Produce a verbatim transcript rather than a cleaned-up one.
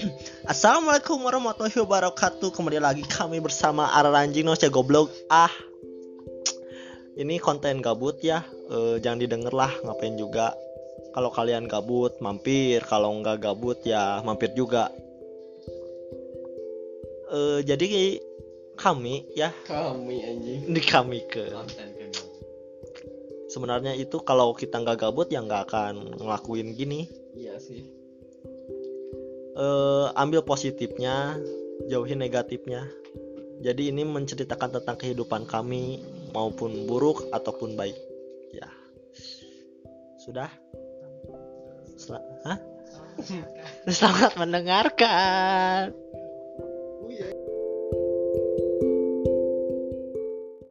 Assalamualaikum warahmatullahi wabarakatuh. Kembali lagi kami bersama Araranjing No Goblok. Ah, ini konten gabut ya. Eh, jangan didengar lah, ngapain juga. Kalau kalian gabut, mampir. Kalau nggak gabut ya mampir juga. Eh, jadi kami ya Kami anjing. di kami ke. Konten kan. Sebenarnya itu kalau kita nggak gabut ya nggak akan ngelakuin gini. Iya sih. Eh, ambil positifnya, jauhi negatifnya. Jadi ini menceritakan tentang kehidupan kami maupun buruk ataupun baik. Ya. Sudah? Sel- Hah? Selamat mendengarkan. Oh iya.